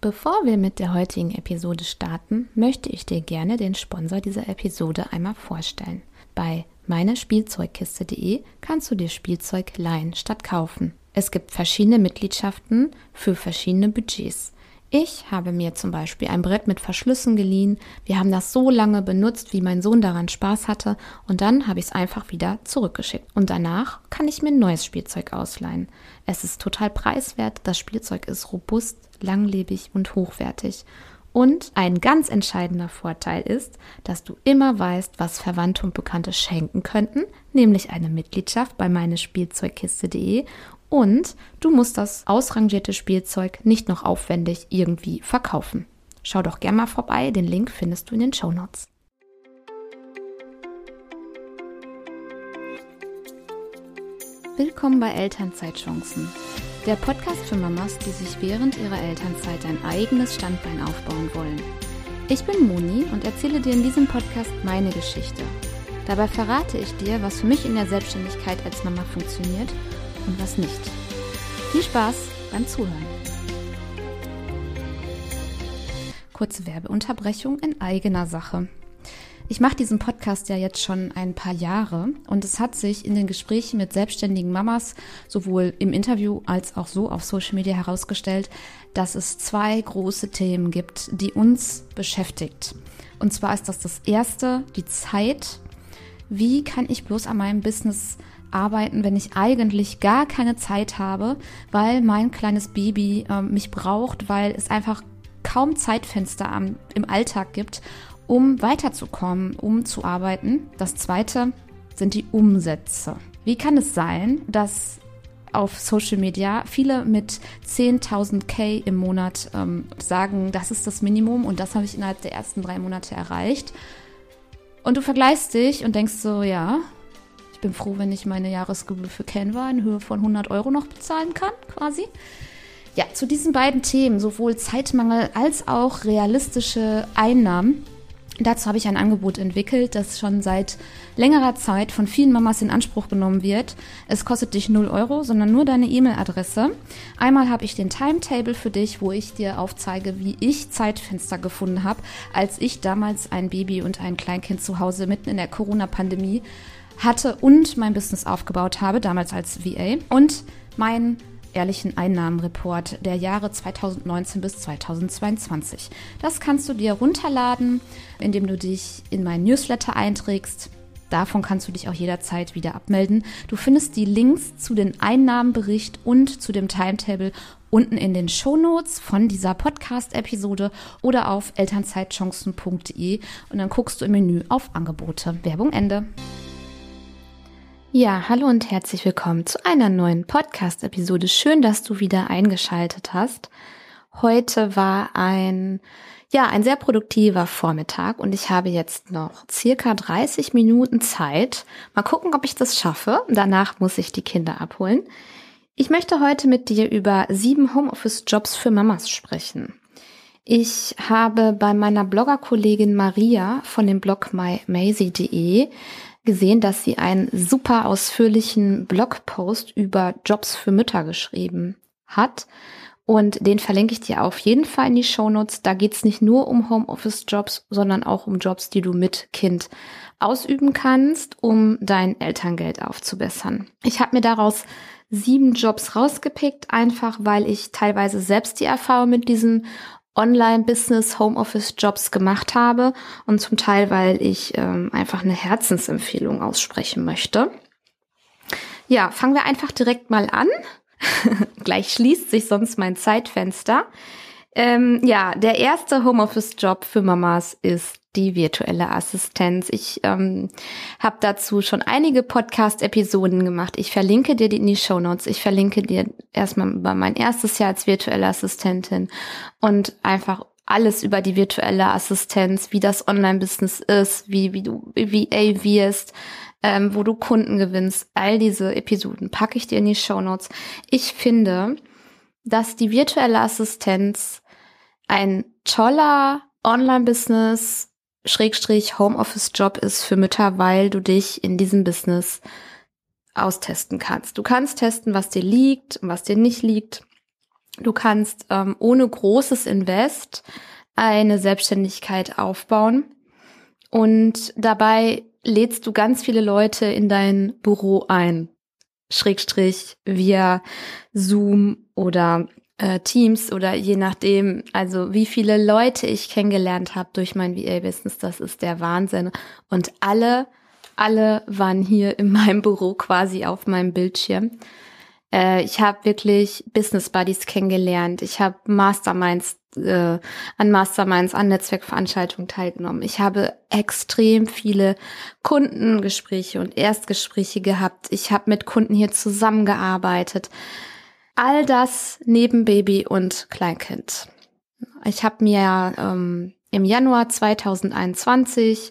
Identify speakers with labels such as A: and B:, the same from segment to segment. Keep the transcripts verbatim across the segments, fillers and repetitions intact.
A: Bevor wir mit der heutigen Episode starten, möchte ich dir gerne den Sponsor dieser Episode einmal vorstellen. Bei meinespielzeugkiste punkt de kannst du dir Spielzeug leihen statt kaufen. Es gibt verschiedene Mitgliedschaften für verschiedene Budgets. Ich habe mir zum Beispiel ein Brett mit Verschlüssen geliehen. Wir haben das so lange benutzt, wie mein Sohn daran Spaß hatte, und dann habe ich es einfach wieder zurückgeschickt. Und danach kann ich mir neues Spielzeug ausleihen. Es ist total preiswert, das Spielzeug ist robust, langlebig und hochwertig. Und ein ganz entscheidender Vorteil ist, dass du immer weißt, was Verwandte und Bekannte schenken könnten, nämlich eine Mitgliedschaft bei meinespielzeugkiste punkt de. Und du musst das ausrangierte Spielzeug nicht noch aufwendig irgendwie verkaufen. Schau doch gerne mal vorbei, den Link findest du in den Shownotes. Willkommen bei Elternzeitchancen, der Podcast für Mamas, die sich während ihrer Elternzeit ein eigenes Standbein aufbauen wollen. Ich bin Moni und erzähle dir in diesem Podcast meine Geschichte. Dabei verrate ich dir, was für mich in der Selbstständigkeit als Mama funktioniert und was nicht. Viel Spaß beim Zuhören. Kurze Werbeunterbrechung in eigener Sache. Ich mache diesen Podcast ja jetzt schon ein paar Jahre und es hat sich in den Gesprächen mit selbstständigen Mamas sowohl im Interview als auch so auf Social Media herausgestellt, dass es zwei große Themen gibt, die uns beschäftigt. Und zwar ist das das erste, die Zeit. Wie kann ich bloß an meinem Business arbeiten, wenn ich eigentlich gar keine Zeit habe, weil mein kleines Baby äh, mich braucht, weil es einfach kaum Zeitfenster am, im Alltag gibt, um weiterzukommen, um zu arbeiten. Das zweite sind die Umsätze. Wie kann es sein, dass auf Social Media viele mit zehntausend K im Monat ähm, sagen, das ist das Minimum und das habe ich innerhalb der ersten drei Monate erreicht? Und du vergleichst dich und denkst so, ja, ich bin froh, wenn ich meine Jahresgebühr für Canva in Höhe von hundert Euro noch bezahlen kann, quasi. Ja, zu diesen beiden Themen, sowohl Zeitmangel als auch realistische Einnahmen, dazu habe ich ein Angebot entwickelt, das schon seit längerer Zeit von vielen Mamas in Anspruch genommen wird. Es kostet dich null Euro, sondern nur deine E-Mail-Adresse. Einmal habe ich den Timetable für dich, wo ich dir aufzeige, wie ich Zeitfenster gefunden habe, als ich damals ein Baby und ein Kleinkind zu Hause mitten in der Corona-Pandemie hatte und mein Business aufgebaut habe, damals als V A, und meinen ehrlichen Einnahmenreport der Jahre zweitausendneunzehn bis zweitausendzweiundzwanzig. Das kannst du dir runterladen, indem du dich in meinen Newsletter einträgst. Davon kannst du dich auch jederzeit wieder abmelden. Du findest die Links zu den Einnahmenbericht und zu dem Timetable unten in den Shownotes von dieser Podcast-Episode oder auf elternzeitchancen punkt de und dann guckst du im Menü auf Angebote. Werbung Ende. Ja, hallo und herzlich willkommen zu einer neuen Podcast-Episode. Schön, dass du wieder eingeschaltet hast. Heute war ein, ja, ein sehr produktiver Vormittag und ich habe jetzt noch circa dreißig Minuten Zeit. Mal gucken, ob ich das schaffe. Danach muss ich die Kinder abholen. Ich möchte heute mit dir über sieben Homeoffice-Jobs für Mamas sprechen. Ich habe bei meiner Bloggerkollegin Maria von dem Blog my maisy punkt de gesehen, dass sie einen super ausführlichen Blogpost über Jobs für Mütter geschrieben hat. Und den verlinke ich dir auf jeden Fall in die Shownotes. Da geht es nicht nur um Homeoffice-Jobs, sondern auch um Jobs, die du mit Kind ausüben kannst, um dein Elterngeld aufzubessern. Ich habe mir daraus sieben Jobs rausgepickt, einfach weil ich teilweise selbst die Erfahrung mit diesen Online-Business, Homeoffice-Jobs gemacht habe und zum Teil, weil ich ähm, einfach eine Herzensempfehlung aussprechen möchte. Ja, fangen wir einfach direkt mal an. Gleich schließt sich sonst mein Zeitfenster. Ähm, ja, der erste Homeoffice-Job für Mamas ist die virtuelle Assistenz. Ich ähm, habe dazu schon einige Podcast-Episoden gemacht. Ich verlinke dir die in die Shownotes. Ich verlinke dir erstmal über mein erstes Jahr als virtuelle Assistentin und einfach alles über die virtuelle Assistenz, wie das Online-Business ist, wie, wie du V A wirst, ähm, wo du Kunden gewinnst. All diese Episoden packe ich dir in die Shownotes. Ich finde, dass die virtuelle Assistenz ein toller Online-Business Schrägstrich Homeoffice-Job ist für Mütter, weil du dich in diesem Business austesten kannst. Du kannst testen, was dir liegt und was dir nicht liegt. Du kannst ähm, ohne großes Invest eine Selbstständigkeit aufbauen und dabei lädst du ganz viele Leute in dein Büro ein, Schrägstrich via Zoom oder äh, Teams oder je nachdem, also wie viele Leute ich kennengelernt habe durch mein V A-Business, das ist der Wahnsinn. Und alle, alle waren hier in meinem Büro quasi auf meinem Bildschirm. Ich habe wirklich Business Buddies kennengelernt. Ich habe Masterminds, äh, an Masterminds, an Netzwerkveranstaltungen teilgenommen. Ich habe extrem viele Kundengespräche und Erstgespräche gehabt. Ich habe mit Kunden hier zusammengearbeitet. All das neben Baby und Kleinkind. Ich habe mir ähm, im Januar zweitausendeinundzwanzig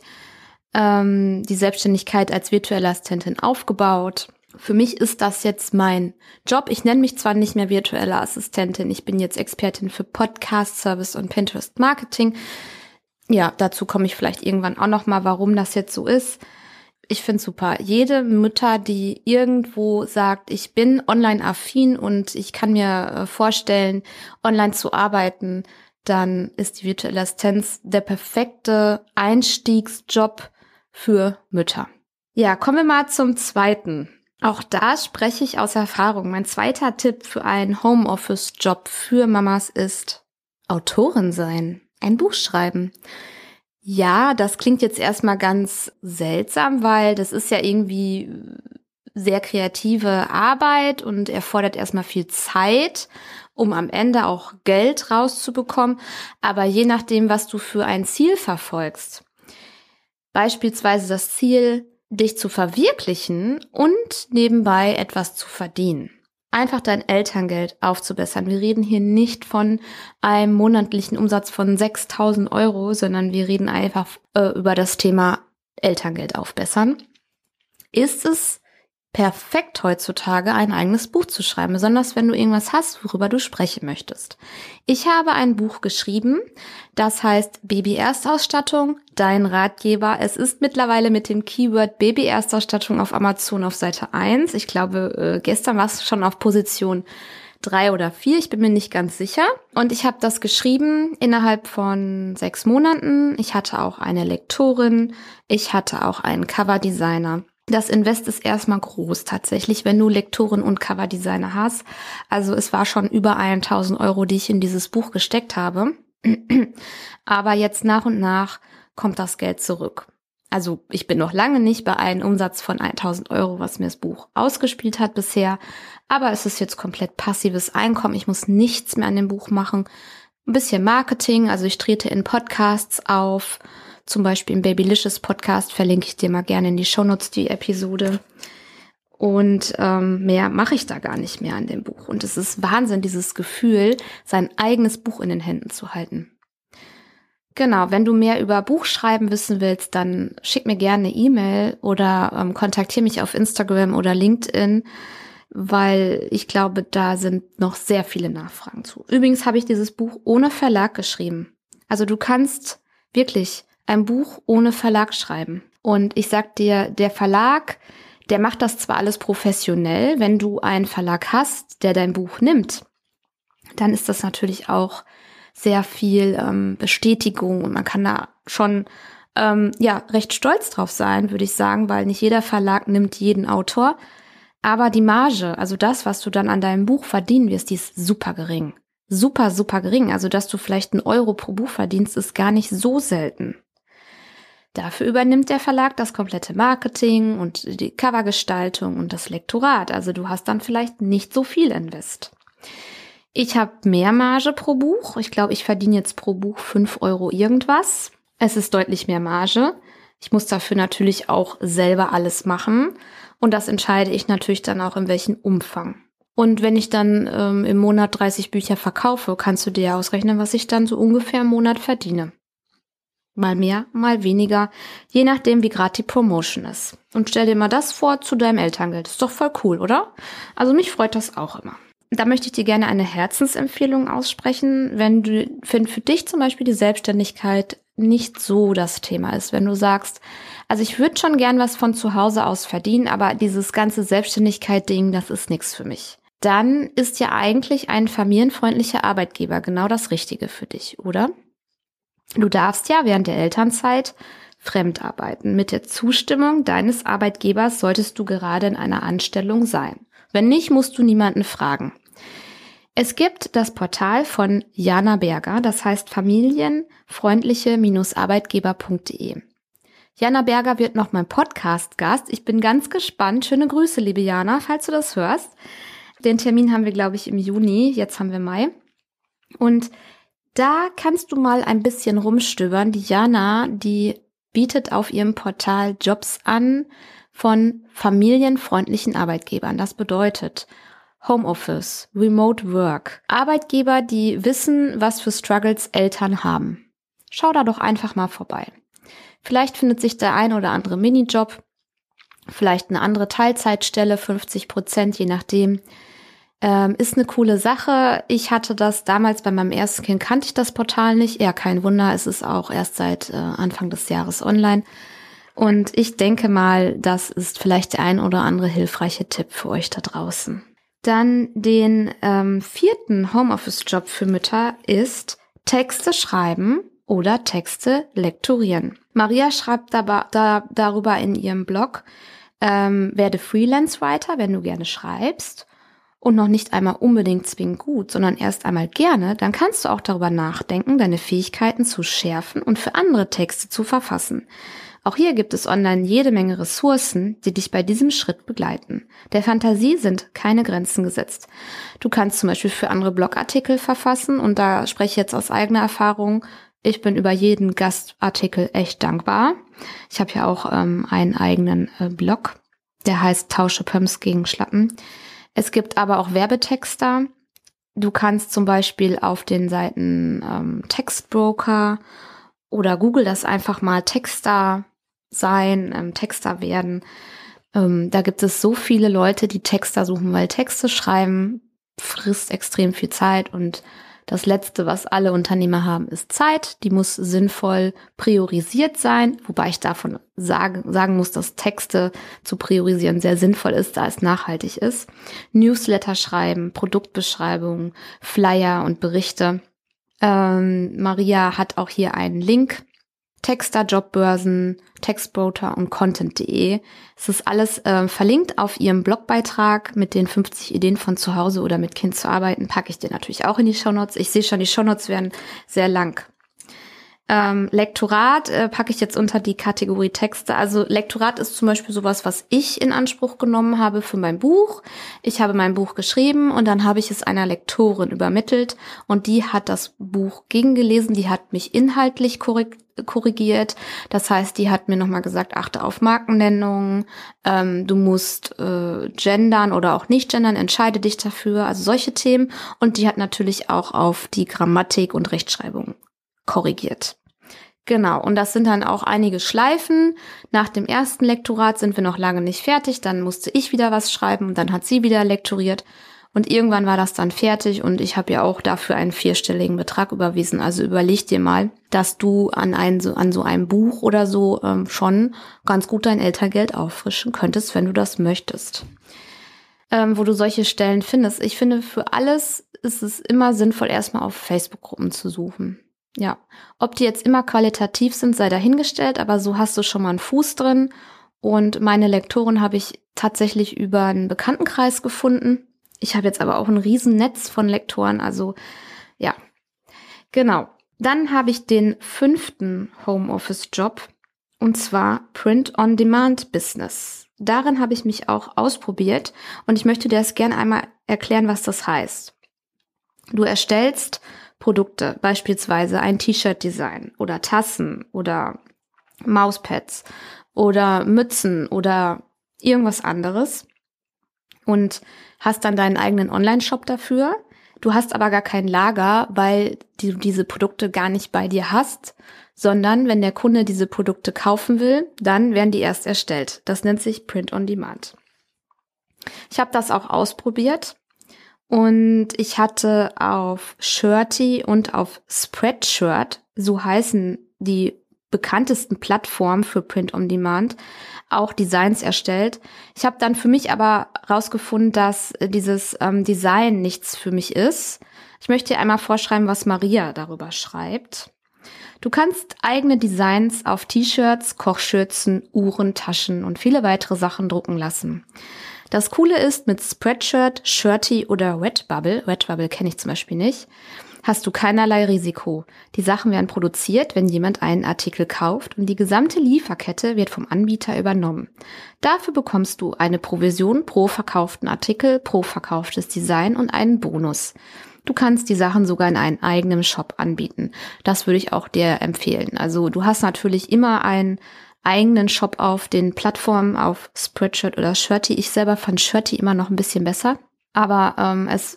A: ähm, die Selbstständigkeit als virtuelle Assistentin aufgebaut. Für mich ist das jetzt mein Job. Ich nenne mich zwar nicht mehr virtuelle Assistentin, ich bin jetzt Expertin für Podcast, Service und Pinterest Marketing. Ja, dazu komme ich vielleicht irgendwann auch noch mal, warum das jetzt so ist. Ich finde super. Jede Mutter, die irgendwo sagt, ich bin online-affin und ich kann mir vorstellen, online zu arbeiten, dann ist die virtuelle Assistenz der perfekte Einstiegsjob für Mütter. Ja, kommen wir mal zum zweiten. Auch da spreche ich aus Erfahrung. Mein zweiter Tipp für einen Homeoffice-Job für Mamas ist Autorin sein, ein Buch schreiben. Ja, das klingt jetzt erstmal ganz seltsam, weil das ist ja irgendwie sehr kreative Arbeit und erfordert erstmal viel Zeit, um am Ende auch Geld rauszubekommen. Aber je nachdem, was du für ein Ziel verfolgst, beispielsweise das Ziel, dich zu verwirklichen und nebenbei etwas zu verdienen. Einfach dein Elterngeld aufzubessern. Wir reden hier nicht von einem monatlichen Umsatz von sechstausend Euro, sondern wir reden einfach äh, über das Thema Elterngeld aufbessern. Ist es perfekt heutzutage, ein eigenes Buch zu schreiben, besonders wenn du irgendwas hast, worüber du sprechen möchtest. Ich habe ein Buch geschrieben, das heißt Baby-Erstausstattung, dein Ratgeber. Es ist mittlerweile mit dem Keyword Baby-Erstausstattung auf Amazon auf Seite eins. Ich glaube, gestern war es schon auf Position drei oder vier, ich bin mir nicht ganz sicher. Und ich habe das geschrieben innerhalb von sechs Monaten. Ich hatte auch eine Lektorin, ich hatte auch einen Coverdesigner. Das Invest ist erstmal groß tatsächlich, wenn du Lektorin und Coverdesigner hast. Also es war schon über tausend Euro, die ich in dieses Buch gesteckt habe. Aber jetzt nach und nach kommt das Geld zurück. Also ich bin noch lange nicht bei einem Umsatz von tausend Euro, was mir das Buch ausgespielt hat bisher. Aber es ist jetzt komplett passives Einkommen. Ich muss nichts mehr an dem Buch machen. Ein bisschen Marketing, also ich trete in Podcasts auf. Zum Beispiel im Babylicious Podcast, verlinke ich dir mal gerne in die Shownotes die Episode. Und ähm, mehr mache ich da gar nicht mehr an dem Buch. Und es ist Wahnsinn, dieses Gefühl, sein eigenes Buch in den Händen zu halten. Genau, wenn du mehr über Buchschreiben wissen willst, dann schick mir gerne eine E-Mail oder ähm, kontaktiere mich auf Instagram oder LinkedIn, weil ich glaube, da sind noch sehr viele Nachfragen zu. Übrigens habe ich dieses Buch ohne Verlag geschrieben. Also du kannst wirklich ein Buch ohne Verlag schreiben. Und ich sag dir, der Verlag, der macht das zwar alles professionell. Wenn du einen Verlag hast, der dein Buch nimmt, dann ist das natürlich auch sehr viel ähm, Bestätigung und man kann da schon ähm, ja recht stolz drauf sein, würde ich sagen, weil nicht jeder Verlag nimmt jeden Autor. Aber die Marge, also das, was du dann an deinem Buch verdienen wirst, die ist super gering. Super, super gering. Also dass du vielleicht einen Euro pro Buch verdienst, ist gar nicht so selten. Dafür übernimmt der Verlag das komplette Marketing und die Covergestaltung und das Lektorat. Also du hast dann vielleicht nicht so viel Invest. Ich habe mehr Marge pro Buch. Ich glaube, ich verdiene jetzt pro Buch fünf Euro irgendwas. Es ist deutlich mehr Marge. Ich muss dafür natürlich auch selber alles machen. Und das entscheide ich natürlich dann auch, in welchem Umfang. Und wenn ich dann ähm, im Monat dreißig Bücher verkaufe, kannst du dir ausrechnen, was ich dann so ungefähr im Monat verdiene. Mal mehr, mal weniger, je nachdem, wie gerade die Promotion ist. Und stell dir mal das vor zu deinem Elterngeld. Ist doch voll cool, oder? Also mich freut das auch immer. Da möchte ich dir gerne eine Herzensempfehlung aussprechen, wenn du, wenn für dich zum Beispiel die Selbstständigkeit nicht so das Thema ist. Wenn du sagst, also ich würde schon gern was von zu Hause aus verdienen, aber dieses ganze Selbstständigkeit-Ding, das ist nichts für mich. dann ist ja eigentlich ein familienfreundlicher Arbeitgeber genau das Richtige für dich, oder? Du darfst ja während der Elternzeit fremdarbeiten. Mit der Zustimmung deines Arbeitgebers solltest du gerade in einer Anstellung sein. Wenn nicht, musst du niemanden fragen. Es gibt das Portal von Jana Berger, das heißt familienfreundliche Arbeitgeber punkt de. Jana Berger wird noch mein Podcast-Gast. Ich bin ganz gespannt. Schöne Grüße, liebe Jana, falls du das hörst. Den Termin haben wir, glaube ich, im Juni. Jetzt haben wir Mai. Und da kannst du mal ein bisschen rumstöbern. Die Jana, die bietet auf ihrem Portal Jobs an von familienfreundlichen Arbeitgebern. Das bedeutet Homeoffice, Remote Work, Arbeitgeber, die wissen, was für Struggles Eltern haben. Schau da doch einfach mal vorbei. Vielleicht findet sich der ein oder andere Minijob, vielleicht eine andere Teilzeitstelle, fünfzig Prozent, je nachdem. Ähm, ist eine coole Sache. Ich hatte das damals bei meinem ersten Kind, kannte ich das Portal nicht. Ja, kein Wunder, es ist auch erst seit äh, Anfang des Jahres online. Und ich denke mal, das ist vielleicht der ein oder andere hilfreiche Tipp für euch da draußen. Dann den ähm, vierten Homeoffice-Job für Mütter ist Texte schreiben oder Texte lektorieren. Maria schreibt da, da, darüber in ihrem Blog, ähm, werde Freelance-Writer, wenn du gerne schreibst und noch nicht einmal unbedingt zwingend gut, sondern erst einmal gerne, dann kannst du auch darüber nachdenken, deine Fähigkeiten zu schärfen und für andere Texte zu verfassen. Auch hier gibt es online jede Menge Ressourcen, die dich bei diesem Schritt begleiten. Der Fantasie sind keine Grenzen gesetzt. Du kannst zum Beispiel für andere Blogartikel verfassen und da spreche ich jetzt aus eigener Erfahrung. Ich bin über jeden Gastartikel echt dankbar. Ich habe ja auch ähm, einen eigenen äh, Blog, der heißt Tausche Pumps gegen Schlappen. Es gibt aber auch Werbetexter. Du kannst zum Beispiel auf den Seiten ähm, Textbroker oder Google das einfach mal Texter sein, ähm, Texter werden. Ähm, da gibt es so viele Leute, die Texter suchen, weil Texte schreiben frisst extrem viel Zeit und das Letzte, was alle Unternehmer haben, ist Zeit. Die muss sinnvoll priorisiert sein, wobei ich davon sagen, sagen muss, dass Texte zu priorisieren sehr sinnvoll ist, da es nachhaltig ist. Newsletter schreiben, Produktbeschreibungen, Flyer und Berichte. Ähm, Maria hat auch hier einen Link. Texter, Jobbörsen, Textbroker und Content punkt de. Es ist alles äh, verlinkt auf ihrem Blogbeitrag mit den fünfzig Ideen von zu Hause oder mit Kind zu arbeiten. Packe ich dir natürlich auch in die Shownotes. Ich sehe schon, die Shownotes werden sehr lang. Ähm, Lektorat äh, packe ich jetzt unter die Kategorie Texte. Also Lektorat ist zum Beispiel sowas, was ich in Anspruch genommen habe für mein Buch. Ich habe mein Buch geschrieben und dann habe ich es einer Lektorin übermittelt und die hat das Buch gegengelesen. Die hat mich inhaltlich korrekt korrigiert. Das heißt, die hat mir nochmal gesagt, achte auf Markennennungen, ähm, du musst äh, gendern oder auch nicht gendern, entscheide dich dafür, also solche Themen. Und die hat natürlich auch auf die Grammatik und Rechtschreibung korrigiert. Genau, und das sind dann auch einige Schleifen. Nach dem ersten Lektorat sind wir noch lange nicht fertig, dann musste ich wieder was schreiben und dann hat sie wieder lektoriert. Und irgendwann war das dann fertig und ich habe ja auch dafür einen vierstelligen Betrag überwiesen. Also überleg dir mal, dass du an, ein, so, an so einem Buch oder so ähm, schon ganz gut dein Elterngeld auffrischen könntest, wenn du das möchtest. Ähm, wo du solche Stellen findest. Ich finde, für alles ist es immer sinnvoll, erstmal auf Facebook-Gruppen zu suchen. Ja, ob die jetzt immer qualitativ sind, sei dahingestellt, aber so hast du schon mal einen Fuß drin. Und meine Lektorin habe ich tatsächlich über einen Bekanntenkreis gefunden. Ich habe jetzt aber auch ein Riesennetz von Lektoren, also ja, genau. Dann habe ich den fünften Homeoffice-Job und zwar Print-on-Demand-Business. Darin habe ich mich auch ausprobiert und ich möchte dir das gerne einmal erklären, was das heißt. Du erstellst Produkte, beispielsweise ein T-Shirt-Design oder Tassen oder Mauspads oder Mützen oder irgendwas anderes. Und hast dann deinen eigenen Online-Shop dafür. Du hast aber gar kein Lager, weil du diese Produkte gar nicht bei dir hast, sondern wenn der Kunde diese Produkte kaufen will, dann werden die erst erstellt. Das nennt sich Print on Demand. Ich habe das auch ausprobiert und ich hatte auf Shirty und auf Spreadshirt, so heißen die bekanntesten Plattformen für Print on Demand auch Designs erstellt. Ich habe dann für mich aber rausgefunden, dass dieses ähm, Design nichts für mich ist. Ich möchte dir einmal vorschreiben, was Maria darüber schreibt. Du kannst eigene Designs auf T-Shirts, Kochschürzen, Uhren, Taschen und viele weitere Sachen drucken lassen. Das Coole ist, mit Spreadshirt, Shirty oder Redbubble, Redbubble kenne ich zum Beispiel nicht, hast du keinerlei Risiko. Die Sachen werden produziert, wenn jemand einen Artikel kauft und die gesamte Lieferkette wird vom Anbieter übernommen. Dafür bekommst du eine Provision pro verkauften Artikel, pro verkauftes Design und einen Bonus. Du kannst die Sachen sogar in einem eigenen Shop anbieten. Das würde ich auch dir empfehlen. Also du hast natürlich immer einen eigenen Shop auf den Plattformen, auf Spreadshirt oder Shirty. Ich selber fand Shirty immer noch ein bisschen besser. Aber ähm, es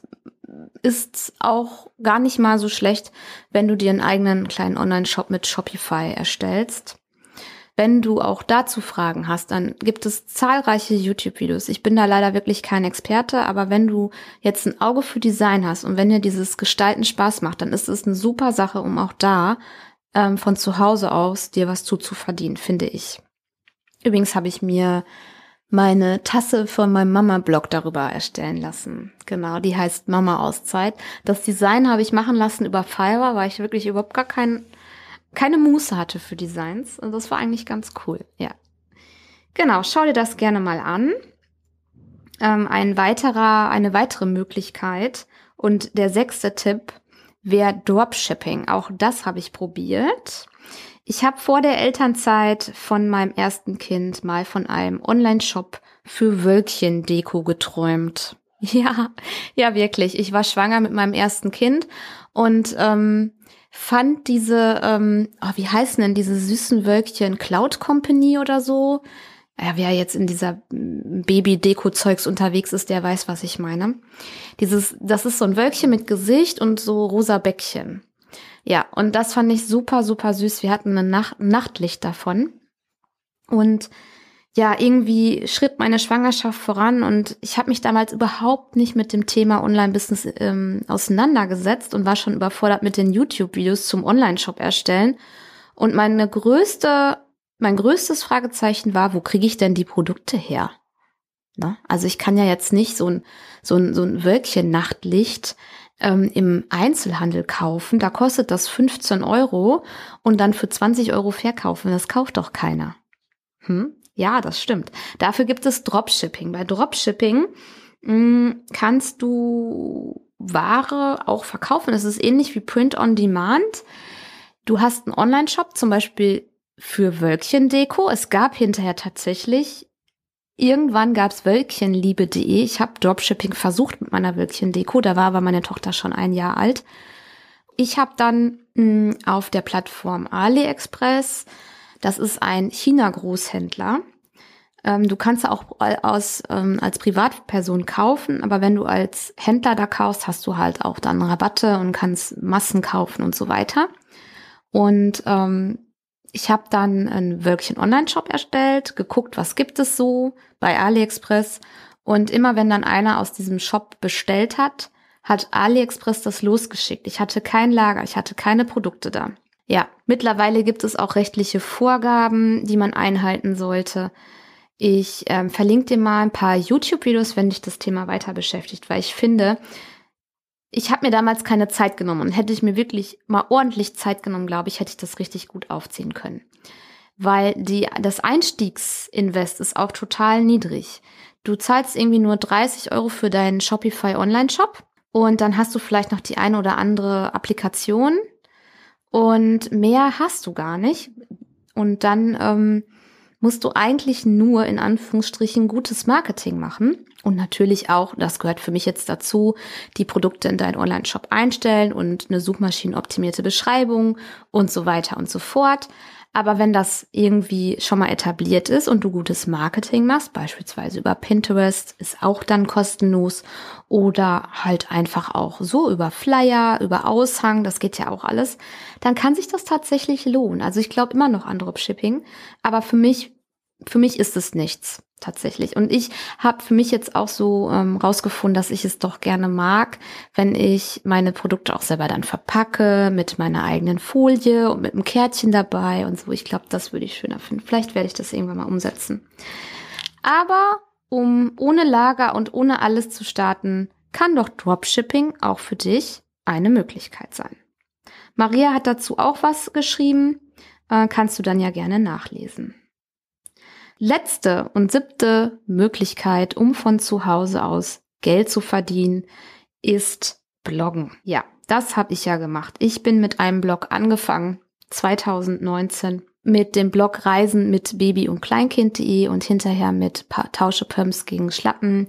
A: ist auch gar nicht mal so schlecht, wenn du dir einen eigenen kleinen Online-Shop mit Shopify erstellst. Wenn du auch dazu Fragen hast, dann gibt es zahlreiche YouTube-Videos. Ich bin da leider wirklich kein Experte, aber wenn du jetzt ein Auge für Design hast und wenn dir dieses Gestalten Spaß macht, dann ist es eine super Sache, um auch da ähm, von zu Hause aus dir was zuzuverdienen, finde ich. Übrigens habe ich mir meine Tasse von meinem Mama-Blog darüber erstellen lassen. Genau, die heißt Mama Auszeit. Das Design habe ich machen lassen über Fiverr, weil ich wirklich überhaupt gar kein, keine Muße hatte für Designs. Und das war eigentlich ganz cool, ja. Genau, schau dir das gerne mal an. Ähm, ein weiterer, eine weitere Möglichkeit und der sechste Tipp wäre Dropshipping. Auch das habe ich probiert. Ich habe vor der Elternzeit von meinem ersten Kind mal von einem Online-Shop für Wölkchen-Deko geträumt. Ja, ja wirklich. Ich war schwanger mit meinem ersten Kind und ähm, fand diese, ähm, oh, wie heißen denn diese süßen Wölkchen, Cloud Company oder so? Ja, wer jetzt in dieser Baby-Deko-Zeugs unterwegs ist, der weiß, was ich meine. Dieses, das ist so ein Wölkchen mit Gesicht und so rosa Bäckchen. Ja, und das fand ich super, super süß. Wir hatten ein Nacht- Nachtlicht davon. Und ja, irgendwie schritt meine Schwangerschaft voran und ich habe mich damals überhaupt nicht mit dem Thema Online-Business ähm, auseinandergesetzt und war schon überfordert mit den YouTube-Videos zum Online-Shop erstellen. Und meine größte, mein größtes Fragezeichen war, wo kriege ich denn die Produkte her? Ne? Also ich kann ja jetzt nicht so ein, so ein, so ein Wölkchen-Nachtlicht ähm, im Einzelhandel kaufen. Da kostet das fünfzehn Euro und dann für zwanzig Euro verkaufen. Das kauft doch keiner. Hm? Ja, das stimmt. Dafür gibt es Dropshipping. Bei Dropshipping mh, kannst du Ware auch verkaufen. Das ist ähnlich wie Print on Demand. Du hast einen Online-Shop, zum Beispiel für Wölkchen-Deko. Es gab hinterher tatsächlich, irgendwann gab es wölkchenliebe punkt de. Ich habe Dropshipping versucht mit meiner Wölkchen-Deko. Da war aber meine Tochter schon ein Jahr alt. Ich habe dann mh, auf der Plattform AliExpress, das ist ein China-Großhändler. Ähm, du kannst auch aus, ähm, als Privatperson kaufen, aber wenn du als Händler da kaufst, hast du halt auch dann Rabatte und kannst Massen kaufen und so weiter. Und ähm, ich habe dann einen Wölkchen-Online-Shop erstellt, geguckt, was gibt es so bei AliExpress. Und immer wenn dann einer aus diesem Shop bestellt hat, hat AliExpress das losgeschickt. Ich hatte kein Lager, ich hatte keine Produkte da. Ja, mittlerweile gibt es auch rechtliche Vorgaben, die man einhalten sollte. Ich ähm, verlinke dir mal ein paar YouTube-Videos, wenn dich das Thema weiter beschäftigt, weil ich finde, ich habe mir damals keine Zeit genommen und hätte ich mir wirklich mal ordentlich Zeit genommen, glaube ich, hätte ich das richtig gut aufziehen können. Weil die, das Einstiegsinvest ist auch total niedrig. Du zahlst irgendwie nur dreißig Euro für deinen Shopify Online-Shop und dann hast du vielleicht noch die eine oder andere Applikation. Und mehr hast du gar nicht. Und dann ähm, musst du eigentlich nur in Anführungsstrichen gutes Marketing machen. Und natürlich auch, das gehört für mich jetzt dazu, die Produkte in deinen Online-Shop einstellen und eine suchmaschinenoptimierte Beschreibung und so weiter und so fort. Aber wenn das irgendwie schon mal etabliert ist und du gutes Marketing machst, beispielsweise über Pinterest, ist auch dann kostenlos oder halt einfach auch so über Flyer, über Aushang, das geht ja auch alles, dann kann sich das tatsächlich lohnen. Also ich glaube immer noch an Dropshipping, aber für mich, für mich ist es nichts. tatsächlich. Und ich habe für mich jetzt auch so ähm, rausgefunden, dass ich es doch gerne mag, wenn ich meine Produkte auch selber dann verpacke mit meiner eigenen Folie und mit einem Kärtchen dabei und so. Ich glaube, das würde ich schöner finden. Vielleicht werde ich das irgendwann mal umsetzen. Aber um ohne Lager und ohne alles zu starten, kann doch Dropshipping auch für dich eine Möglichkeit sein. Maria hat dazu auch was geschrieben, äh, kannst du dann ja gerne nachlesen. Letzte und siebte Möglichkeit, um von zu Hause aus Geld zu verdienen, ist Bloggen. Ja, das habe ich ja gemacht. Ich bin mit einem Blog angefangen, zwanzig neunzehn, mit dem Blog Reisen mit Baby- und Kleinkind punkt de und hinterher mit pa- Tauschepumps gegen Schlappen.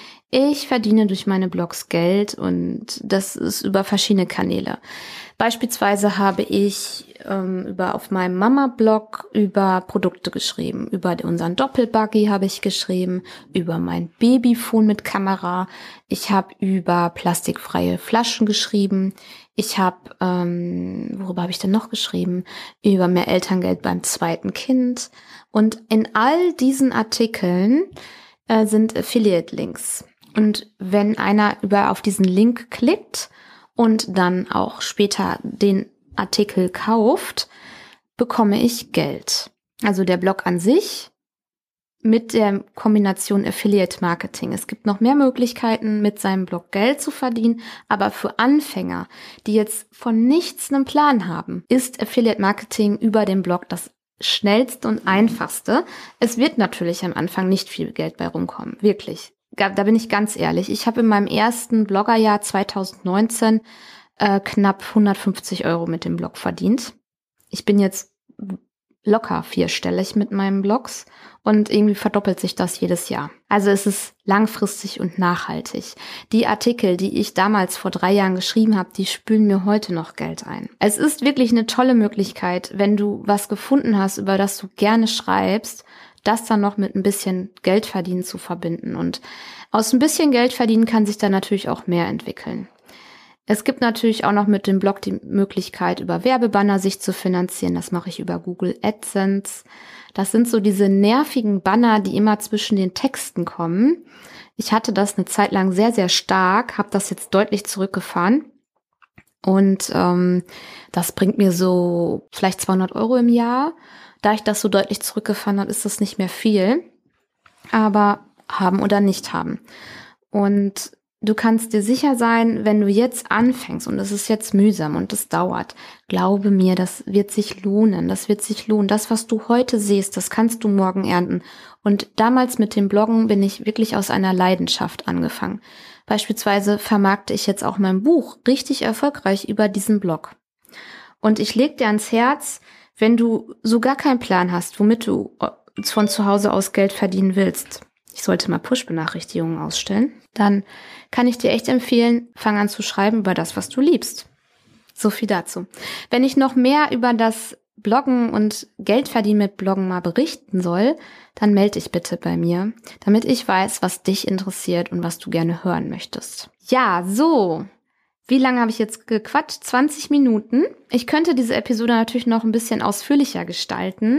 A: Ich verdiene durch meine Blogs Geld und das ist über verschiedene Kanäle. Beispielsweise habe ich ähm, über auf meinem Mama-Blog über Produkte geschrieben, über unseren Doppelbuggy habe ich geschrieben, über mein Babyphone mit Kamera. Ich habe über plastikfreie Flaschen geschrieben. Ich habe, ähm, worüber habe ich denn noch geschrieben? Über mehr Elterngeld beim zweiten Kind. Und in all diesen Artikeln äh, sind Affiliate-Links. Und wenn einer über auf diesen Link klickt und dann auch später den Artikel kauft, bekomme ich Geld. Also der Blog an sich mit der Kombination Affiliate Marketing. Es gibt noch mehr Möglichkeiten, mit seinem Blog Geld zu verdienen, aber für Anfänger, die jetzt von nichts einen Plan haben, ist Affiliate Marketing über den Blog das schnellste und einfachste. Es wird natürlich am Anfang nicht viel Geld bei rumkommen, wirklich. Da bin ich ganz ehrlich. Ich habe in meinem ersten Bloggerjahr zwanzig neunzehn äh, knapp hundertfünfzig Euro mit dem Blog verdient. Ich bin jetzt locker vierstellig mit meinen Blogs und irgendwie verdoppelt sich das jedes Jahr. Also es ist langfristig und nachhaltig. Die Artikel, die ich damals vor drei Jahren geschrieben habe, die spülen mir heute noch Geld ein. Es ist wirklich eine tolle Möglichkeit, wenn du was gefunden hast, über das du gerne schreibst, das dann noch mit ein bisschen Geld verdienen zu verbinden. Und aus ein bisschen Geld verdienen kann sich dann natürlich auch mehr entwickeln. Es gibt natürlich auch noch mit dem Blog die Möglichkeit, über Werbebanner sich zu finanzieren. Das mache ich über Google AdSense. Das sind so diese nervigen Banner, die immer zwischen den Texten kommen. Ich hatte das eine Zeit lang sehr, sehr stark, habe das jetzt deutlich zurückgefahren. Und ähm, das bringt mir so vielleicht zweihundert Euro im Jahr. Da ich das so deutlich zurückgefahren habe, ist das nicht mehr viel. Aber haben oder nicht haben. Und du kannst dir sicher sein, wenn du jetzt anfängst und es ist jetzt mühsam und es dauert, glaube mir, das wird sich lohnen, das wird sich lohnen. Das, was du heute siehst, das kannst du morgen ernten. Und damals mit dem Bloggen bin ich wirklich aus einer Leidenschaft angefangen. Beispielsweise vermarkte ich jetzt auch mein Buch richtig erfolgreich über diesen Blog. Und ich leg dir ans Herz, wenn du so gar keinen Plan hast, womit du von zu Hause aus Geld verdienen willst, ich sollte mal Push-Benachrichtigungen ausstellen, dann kann ich dir echt empfehlen, fang an zu schreiben über das, was du liebst. So viel dazu. Wenn ich noch mehr über das Bloggen und Geldverdienen mit Bloggen mal berichten soll, dann melde dich bitte bei mir, damit ich weiß, was dich interessiert und was du gerne hören möchtest. Ja, so. Wie lange habe ich jetzt gequatscht? zwanzig Minuten. Ich könnte diese Episode natürlich noch ein bisschen ausführlicher gestalten,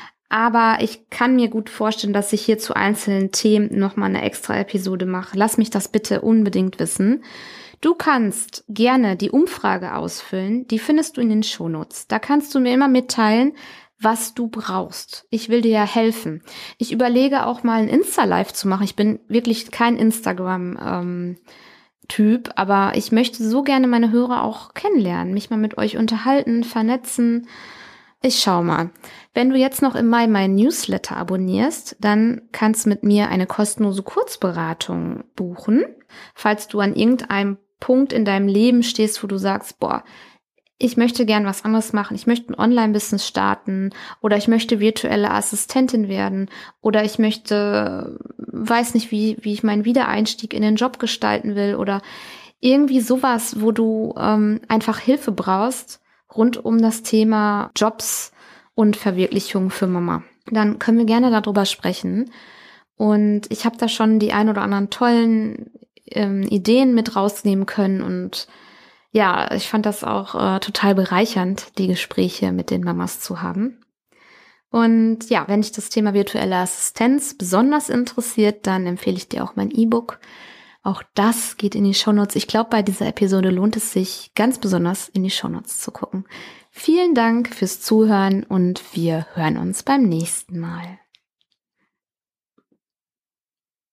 A: aber ich kann mir gut vorstellen, dass ich hier zu einzelnen Themen nochmal eine extra Episode mache. Lass mich das bitte unbedingt wissen. Du kannst gerne die Umfrage ausfüllen. Die findest du in den Shownotes. Da kannst du mir immer mitteilen, was du brauchst. Ich will dir ja helfen. Ich überlege auch mal ein Insta-Live zu machen. Ich bin wirklich kein Instagram- ähm, Typ, aber ich möchte so gerne meine Hörer auch kennenlernen, mich mal mit euch unterhalten, vernetzen. Ich schau mal. Wenn du jetzt noch im Mai meinen Newsletter abonnierst, dann kannst du mit mir eine kostenlose Kurzberatung buchen, falls du an irgendeinem Punkt in deinem Leben stehst, wo du sagst, boah, ich möchte gern was anderes machen, ich möchte ein Online-Business starten oder ich möchte virtuelle Assistentin werden oder ich möchte, weiß nicht, wie, wie ich meinen Wiedereinstieg in den Job gestalten will oder irgendwie sowas, wo du ähm, einfach Hilfe brauchst rund um das Thema Jobs und Verwirklichung für Mama. Dann können wir gerne darüber sprechen. Und ich habe da schon die ein oder anderen tollen ähm, Ideen mit rausnehmen können und ja, ich fand das auch äh, total bereichernd, die Gespräche mit den Mamas zu haben. Und ja, wenn dich das Thema virtuelle Assistenz besonders interessiert, dann empfehle ich dir auch mein E-Book. Auch das geht in die Shownotes. Ich glaube, bei dieser Episode lohnt es sich ganz besonders, in die Shownotes zu gucken. Vielen Dank fürs Zuhören und wir hören uns beim nächsten Mal.